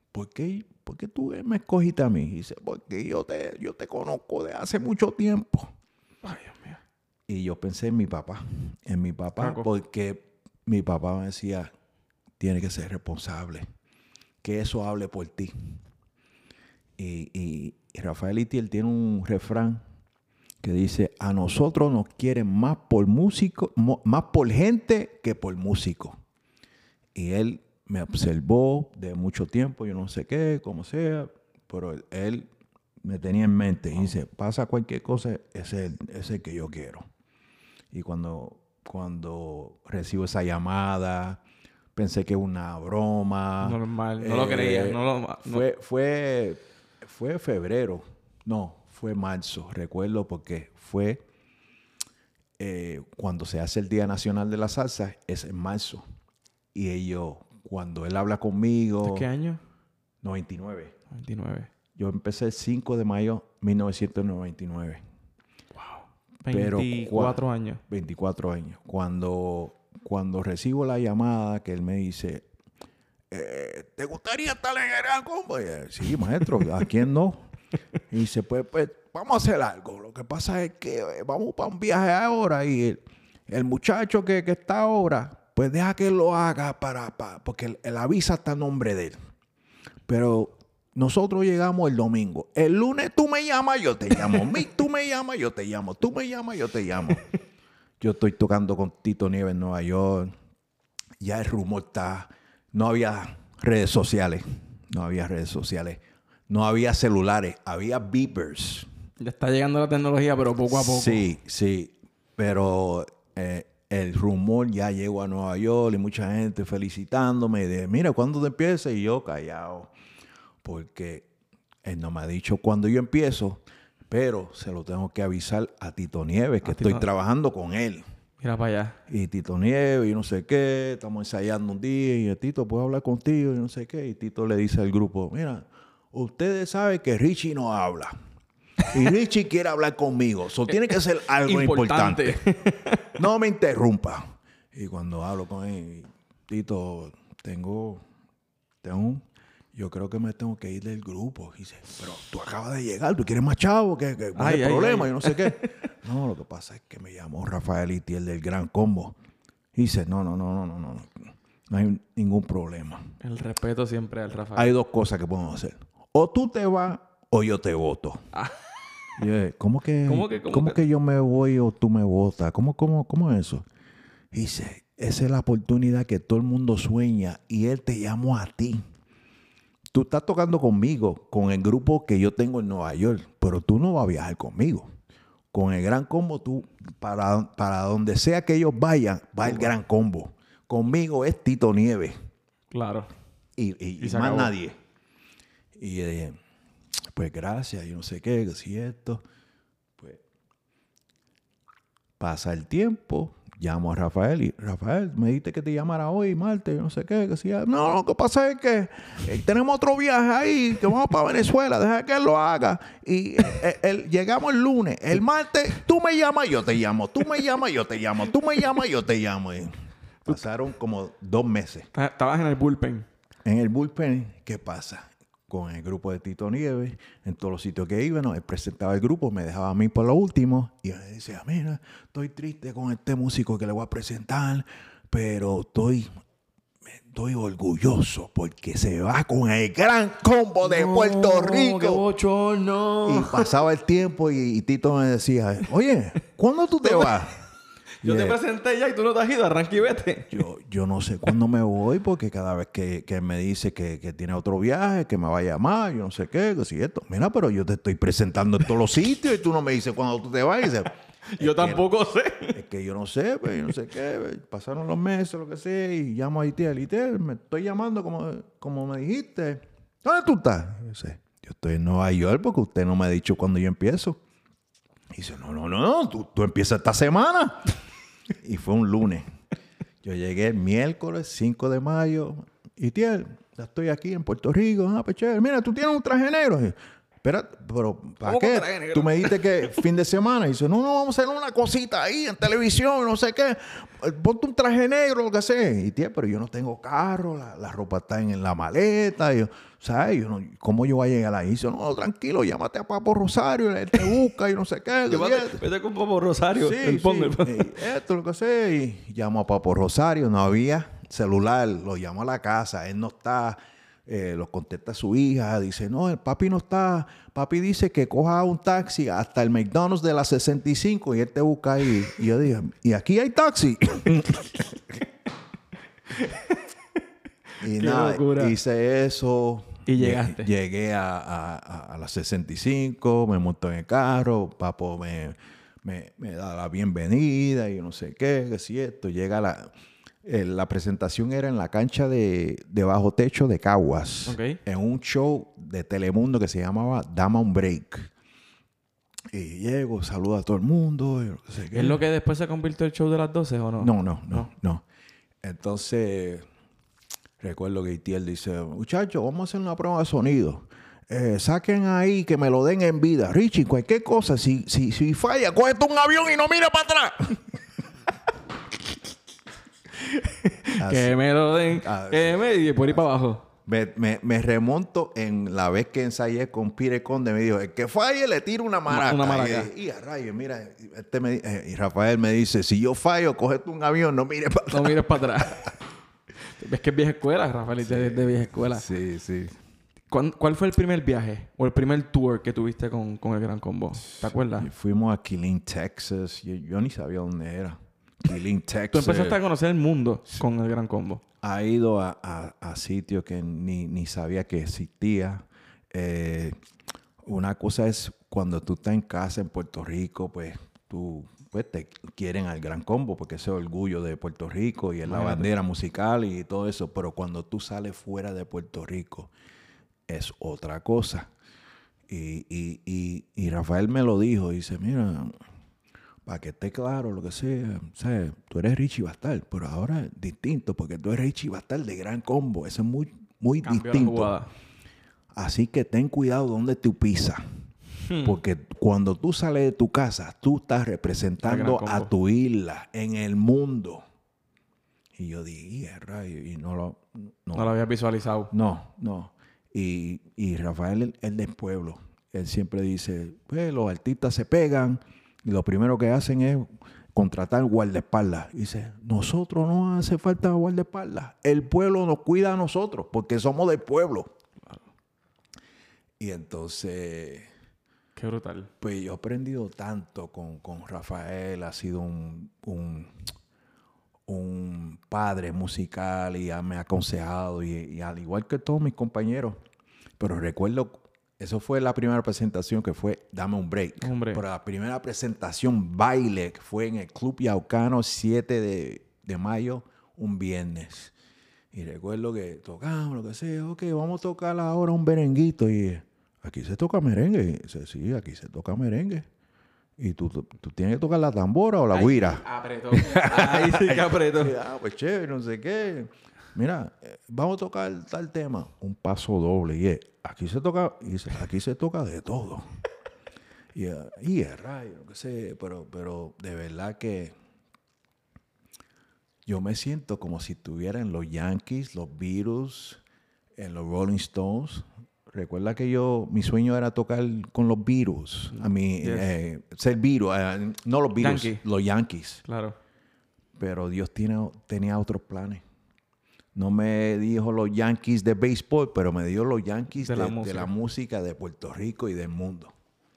tú me escogiste a mí? Y dice, porque yo te conozco de hace mucho tiempo. Ay, Dios mío. Y yo pensé en mi papá, Caco. porque mi papá me decía, tiene que ser responsable, que eso hable por ti. Y Rafael Itiel tiene un refrán que dice, a nosotros nos quieren más por músico, más por gente que por músico. Y él me observó de mucho tiempo, yo no sé qué, como sea, pero él me tenía en mente y dice, pasa cualquier cosa, ese es el que yo quiero. Y cuando recibo esa llamada, pensé que era una broma. Normal, no lo creía. Fue febrero, no, fue marzo, recuerdo, porque fue cuando se hace el Día Nacional de la Salsa, es en marzo. Y cuando él habla conmigo... ¿De qué año? 99. 99. Yo empecé el 5 de mayo de 1999. Wow. 24 años. 24 años. Cuando recibo la llamada que él me dice, ¿te gustaría estar en el Gran Combo? Sí, maestro, ¿a quién no? Y dice, pues vamos a hacer algo. Lo que pasa es que vamos para un viaje ahora y el muchacho que está ahora, pues deja que él lo haga porque la visa está a nombre de él. Pero nosotros llegamos el domingo. El lunes tú me llamas, yo te llamo. Tú me llamas, yo te llamo. Tú me llamas, yo te llamo. Yo estoy tocando con Tito Nieves en Nueva York. Ya el rumor está... No había redes sociales. No había celulares. Había beepers. Ya está llegando la tecnología, pero poco a poco. Sí. Pero el rumor ya llegó a Nueva York y mucha gente felicitándome. De, mira, ¿cuándo te empiezas? Y yo callado. Porque él no me ha dicho cuándo yo empiezo, pero se lo tengo que avisar a Tito Nieves, que estoy trabajando con él. Mira para allá. Y Tito Nieves, y no sé qué, estamos ensayando un día, y Tito, ¿puedo hablar contigo? Y no sé qué. Y Tito le dice al grupo, mira, ustedes saben que Richie no habla. Y Richie quiere hablar conmigo. Eso tiene que ser algo importante. No me interrumpa. Y cuando hablo con él, Tito, yo creo que me tengo que ir del grupo. Y dice, pero tú acabas de llegar, tú quieres más chavo, ¿qué es el problema? Yo no sé qué. No, lo que pasa es que me llamó Rafael Itiel del Gran Combo. Y dice, no hay ningún problema. El respeto siempre al Rafael. Hay dos cosas que podemos hacer. O tú te vas o yo te voto. Y yo, ¿Cómo que yo me voy o tú me votas? ¿Cómo es eso? Y dice, esa es la oportunidad que todo el mundo sueña y él te llamó a ti. Tú estás tocando conmigo, con el grupo que yo tengo en Nueva York, pero tú no vas a viajar conmigo. Con el Gran Combo, tú, para donde sea que ellos vayan, va el Gran Combo. Conmigo es Tito Nieves. Claro. Y más nadie. Y yo dije, pues gracias, yo no sé qué, que si esto. Pues pasa el tiempo. Llamo a Rafael y Rafael, me dijiste que te llamara hoy, martes, yo no sé qué, que si... No, lo que pasa es que tenemos otro viaje ahí, que vamos para Venezuela, deja que él lo haga. Y llegamos el lunes, el martes, tú me llamas, yo te llamo, tú me llamas, yo te llamo, tú me llamas, yo te llamo. Y pasaron como 2 meses. Estabas en el bullpen. En el bullpen, ¿qué pasa? Con el grupo de Tito Nieves, en todos los sitios que iba, él presentaba el grupo, me dejaba a mí por lo último y me decía, mira, estoy triste con este músico que le voy a presentar, pero estoy orgulloso porque se va con el Gran Combo de Puerto Rico. ¡Qué bochorno! Y pasaba el tiempo y Tito me decía, oye, ¿cuándo tú te vas? Yo te presenté ya y tú no te has ido, arranca y vete. Yo no sé cuándo me voy porque cada vez que me dice que tiene otro viaje, que me va a llamar, yo no sé qué, que si esto. Mira, pero yo te estoy presentando en todos los sitios y tú no me dices cuándo tú te vas. Y dices, yo tampoco sé. Es que yo no sé, pues, yo no sé qué. Pasaron los meses, lo que sea, y llamo a Itiel, me estoy llamando como me dijiste. ¿Dónde tú estás? Yo estoy en Nueva York porque usted no me ha dicho cuándo yo empiezo. Y dice, no, tú empiezas esta semana. Y fue un lunes. Yo llegué el miércoles 5 de mayo. Itiel, ya estoy aquí en Puerto Rico. Pues chévere. Mira, tú tienes un traje negro. Espera, pero ¿para qué? Tú me dijiste que fin de semana. Y dice, no, vamos a hacer una cosita ahí en televisión, no sé qué. Ponte un traje negro, lo que sea. Y tía, pero yo no tengo carro, la ropa está en la maleta. Y yo, ¿sabes? ¿Cómo yo voy a llegar ahí? Y dice, no, tranquilo, llámate a Papo Rosario, él te busca y no sé qué. Vete con Papo Rosario. Sí. Esto, lo que sea. Y llamo a Papo Rosario, no había celular, lo llamo a la casa, él no está. Lo contesta su hija, dice, no, el papi no está, papi dice que coja un taxi hasta el McDonald's de la 65 y él te busca ahí. Y yo dije, ¿y aquí hay taxi? Y Qué nada, locura. hice eso. Y llegaste. Llegué a la 65, me monto en el carro, papo me da la bienvenida y no sé qué, que si esto. Llega la presentación era en la cancha de bajo techo de Caguas, Ok. en un show de Telemundo que se llamaba Dama un Break. Y llego, saludo a todo el mundo. Y no sé qué. ¿Es lo que después se convirtió el show de las 12 o no? No. Entonces, recuerdo que Itiel dice, muchachos, vamos a hacer una prueba de sonido. Saquen ahí que me lo den en vida. Richie, cualquier cosa, si falla, cógete un avión y no mira para atrás. Que me lo den, que me y por ir para abajo. Me remonto en la vez que ensayé con Peter Conde. Me dijo, el que falle le tiro una maraca. Una maraca. Y a rayos, mira, y Rafael me dice, si yo fallo, cógete un avión, no mires para atrás. No mires para atrás. ¿Ves que es vieja escuela, Rafael? Es de vieja escuela. Sí, sí. ¿Cuál fue el primer viaje o el primer tour que tuviste con el Gran Combo? ¿Te acuerdas? Fuimos a Killeen, Texas. Yo ni sabía dónde era. Killeen, Texas. Tú empezaste a conocer el mundo con el Gran Combo. Ha ido a sitios que ni sabía que existía. Una cosa es cuando tú estás en casa en Puerto Rico, pues te quieren al Gran Combo porque ese es el orgullo de Puerto Rico y es la bandera musical y todo eso. Pero cuando tú sales fuera de Puerto Rico, es otra cosa. Y Rafael me lo dijo. Dice, mira, para que esté claro lo que sea, ¿sabes? Tú eres Richie Bastard, pero ahora es distinto porque tú eres Richie Bastard de Gran Combo. Eso es muy Cambió la distinto. jugada. Así que ten cuidado donde tú pisas. Porque cuando tú sales de tu casa, tú estás representando Gran a Combo. tu isla en el mundo. Y yo dije, rayo, y No lo habías visualizado. no. Y Rafael, él del pueblo, él siempre dice, pues los artistas se pegan y lo primero que hacen es contratar guardaespaldas. Dice, nosotros no hace falta guardaespaldas. El pueblo nos cuida a nosotros porque somos del pueblo. Y entonces, Qué brutal. pues yo he aprendido tanto con Rafael. Ha sido un padre musical y me ha aconsejado y al igual que todos mis compañeros. Pero recuerdo, eso fue la primera presentación que fue Dame un Break. Hombre. Pero la primera presentación baile que fue en el Club Yaucano 7 de mayo, un viernes. Y recuerdo que tocamos, lo que sea, ok, vamos a tocar ahora un merenguito. Y aquí se toca merengue. Y dice, sí, aquí se toca merengue. Y tú tienes que tocar la tambora o la guira. Apretó. Ahí sí que apretó. Pues chévere, no sé qué. Mira, vamos a tocar tal tema. Un paso doble. Y aquí se toca de todo. y es rayo, no sé. Pero de verdad que yo me siento como si estuviera en los Yankees, los Beatles, en los Rolling Stones. Recuerda que mi sueño era tocar con los Beatles. A mí, ser Beatles, no los Beatles, Yankee. los Yankees. Claro. Pero Dios tenía otros planes. No me dijo los Yankees de béisbol, pero me dio los Yankees de la música de Puerto Rico y del mundo.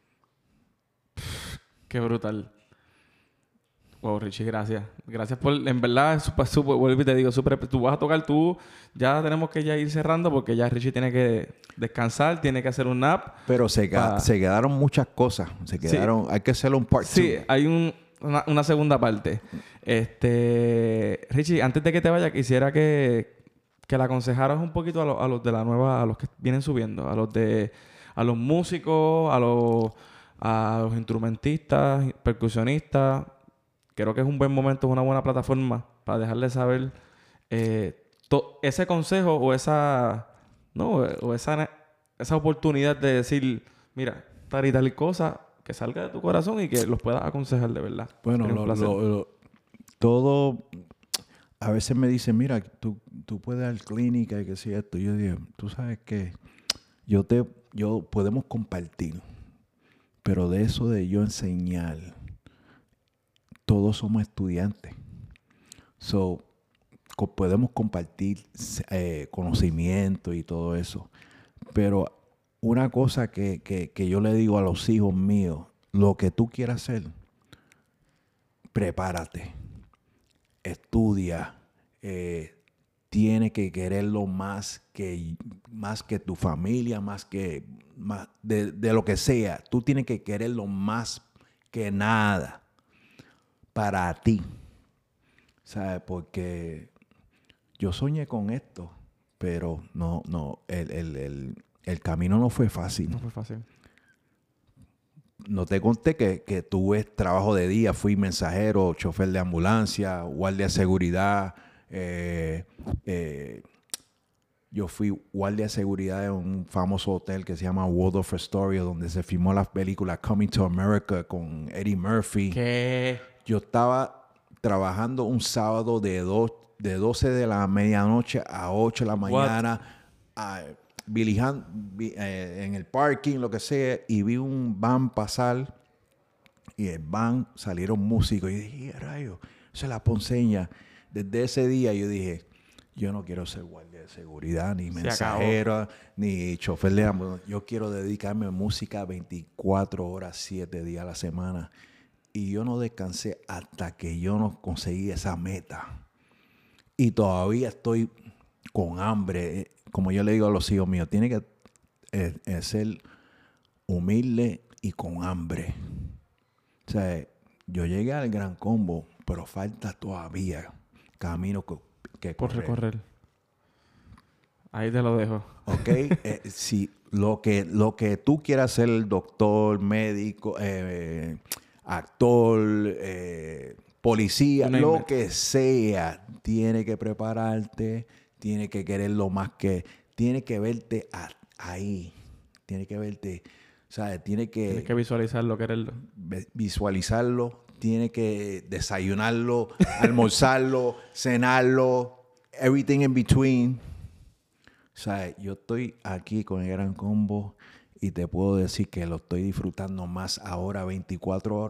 Qué brutal. Wow, Richie, gracias. Gracias por... En verdad, vuelvo y te digo, tú vas a tocar ya tenemos que ya ir cerrando porque ya Richie tiene que descansar, tiene que hacer un nap. Pero se quedaron muchas cosas. Hay que hacerlo un part 2. Sí, hay una segunda parte. Richie, antes de que te vaya, quisiera que le aconsejaras un poquito a los de la nueva, a los que vienen subiendo, a los músicos, a los instrumentistas, percusionistas. Creo que es un buen momento, es una buena plataforma para dejarles saber ese consejo o esa oportunidad de decir, mira, tal y tal cosa, que salga de tu corazón y que los puedas aconsejar de verdad. Bueno, todo... A veces me dicen, mira, tú puedes dar clínica y que sea esto. Yo digo, tú sabes que podemos compartir, pero de eso de yo enseñar, todos somos estudiantes. So, podemos compartir conocimiento y todo eso. Pero una cosa que yo le digo a los hijos míos, lo que tú quieras hacer, prepárate, estudia, tienes que quererlo más que tu familia, más de lo que sea. Tú tienes que quererlo más que nada para ti, ¿sabes? Porque yo soñé con esto, pero no, el camino no fue fácil. No fue fácil. No te conté que tuve trabajo de día, fui mensajero, chofer de ambulancia, guardia de seguridad. Yo fui guardia de seguridad en un famoso hotel que se llama World of Astoria, donde se filmó la película Coming to America con Eddie Murphy. ¿Qué? Yo estaba trabajando un sábado de 12 de la medianoche a 8 de la mañana. En el parking, lo que sea, y vi un van pasar y el van salieron músicos y dije, rayo, esa es la ponceña. Desde ese día yo dije, yo no quiero ser guardia de seguridad, ni mensajero, ni chofer de ambulancia. Yo quiero dedicarme a música 24 horas, 7 días a la semana. Y yo no descansé hasta que yo no conseguí esa meta. Y todavía estoy con hambre. Como yo le digo a los hijos míos, tiene que ser humilde y con hambre. O sea, yo llegué al Gran Combo, pero falta todavía camino que por recorrer. Ahí te lo dejo. ¿Ok? Si lo que tú quieras ser, doctor, médico, actor, policía, lo que sea, tiene que prepararte, tiene que quererlo más que... Tiene que verte ahí. Tiene que verte... ¿Sabes? Tienes que visualizarlo, quererlo. Visualizarlo. Tiene que desayunarlo, almorzarlo, cenarlo, everything in between. ¿Sabes? Yo estoy aquí con el Gran Combo y te puedo decir que lo estoy disfrutando más ahora, 24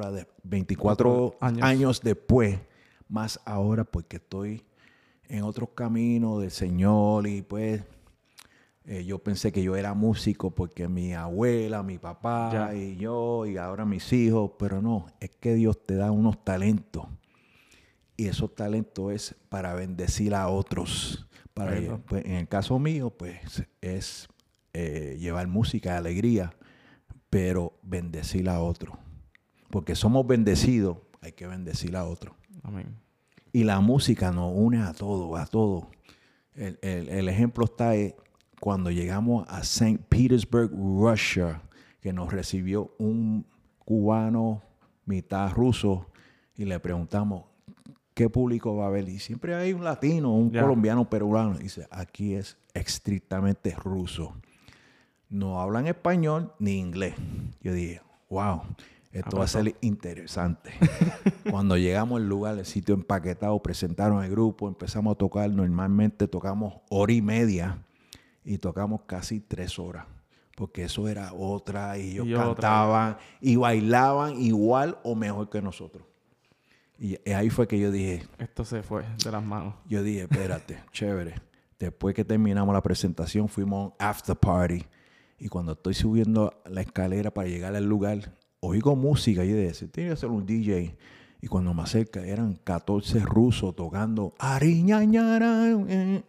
años después. Más ahora porque estoy en otros caminos del Señor y pues yo pensé que yo era músico porque mi abuela, mi papá y yo y ahora mis hijos, pero no, es que Dios te da unos talentos y esos talentos es para bendecir a otros. Pues, en el caso mío, pues es llevar música y alegría, pero bendecir a otros. Porque somos bendecidos, hay que bendecir a otros. Amén. Y la música nos une a todo. El ejemplo está cuando llegamos a St. Petersburg, Russia, que nos recibió un cubano, mitad ruso, y le preguntamos, ¿qué público va a haber? Y siempre hay un latino, un colombiano, peruano. Y dice, aquí es estrictamente ruso. No hablan español ni inglés. Yo dije, wow, esto va a ser interesante. Cuando llegamos al lugar, el sitio empaquetado, presentaron el grupo, empezamos a tocar. Normalmente tocamos hora y media y tocamos casi 3 horas. Porque eso era otra y ellos cantaban y bailaban igual o mejor que nosotros. Y ahí fue que yo dije... Esto se fue de las manos. Yo dije, espérate, chévere. Después que terminamos la presentación, fuimos a un after party. Y cuando estoy subiendo la escalera para llegar al lugar, oigo música. Y yo dije, tiene que ser un DJ. Y cuando me acerca, eran 14 rusos tocando Ariñañara.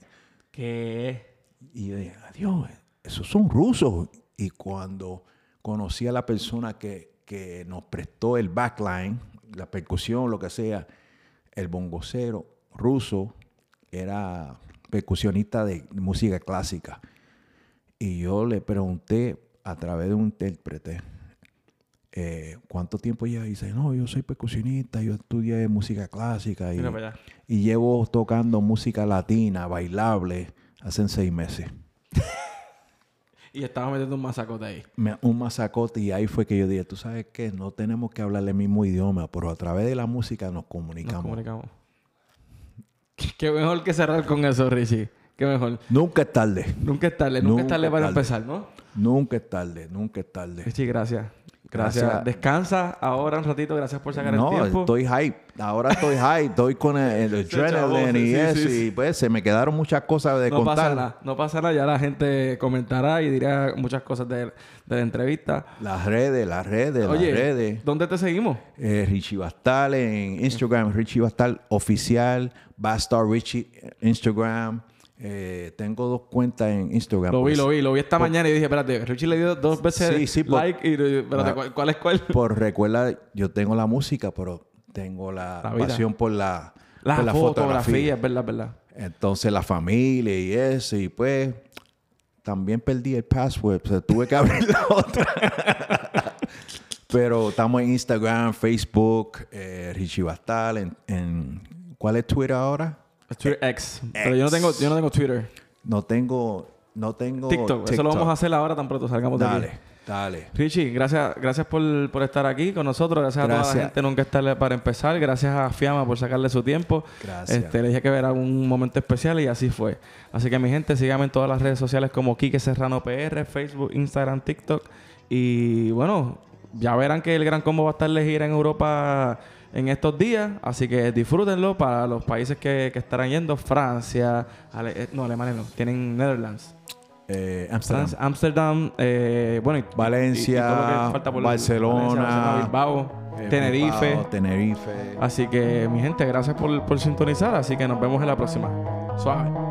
¿Qué? Y yo dije, adiós, esos son rusos. Y cuando conocí a la persona que nos prestó el backline, la percusión, lo que sea, el bongocero ruso era percusionista de música clásica. Y yo le pregunté a través de un intérprete, ¿cuánto tiempo lleva? Y dice, no, yo soy percusionista, yo estudié música clásica y llevo tocando música latina, bailable, hace 6 meses. Y estaba metiendo un masacote ahí. Un masacote, y ahí fue que yo dije, tú sabes qué, no tenemos que hablar el mismo idioma, pero a través de la música nos comunicamos. Qué mejor que cerrar con eso, Richie. Qué mejor. Nunca es tarde. Nunca es tarde para empezar, ¿no? Nunca es tarde. Richie, gracias. Gracias. Descansa ahora un ratito. Gracias por sacar el No, tiempo. estoy hype. Ahora estoy hype. Estoy con el adrenaline y eso. Y pues se me quedaron muchas cosas de No contar. pasa nada. No pasa nada. Ya la gente comentará y dirá muchas cosas de la entrevista. Las redes. Oye, ¿dónde te seguimos? Richie Bastal en Instagram. Richie Bastal oficial. Bastar Richie Instagram. Tengo 2 cuentas en Instagram. Lo vi esta mañana y dije, espérate, Richie le dio 2 veces like y espérate, ¿cuál es cuál? Recuerda, yo tengo la música, pero tengo la pasión por la fotografía. Es verdad. Entonces la familia y eso, y pues también perdí el password, o sea, tuve que abrir la otra. Pero estamos en Instagram, Facebook, Richie Bastal, ¿cuál es Twitter ahora? Twitter X. Pero yo no tengo Twitter. No tengo TikTok. Eso lo vamos a hacer ahora tan pronto salgamos de aquí. Dale. Richie, gracias por estar aquí con nosotros. Gracias a toda la gente Nunca es tarde para empezar. Gracias a Fiamma por sacarle su tiempo. Gracias. Le dije que era un momento especial y así fue. Así que mi gente, síganme en todas las redes sociales como Quique Serrano PR, Facebook, Instagram, TikTok. Y bueno, ya verán que el Gran Combo va a estar de gira en Europa en estos días, así que disfrútenlo para los países que estarán yendo. Francia, Alemania no, tienen Netherlands, Amsterdam, bueno, Valencia, y todo lo que falta por Barcelona, Bilbao, Tenerife. Tenerife. Así que mi gente, gracias por sintonizar, así que nos vemos en la próxima. Suave.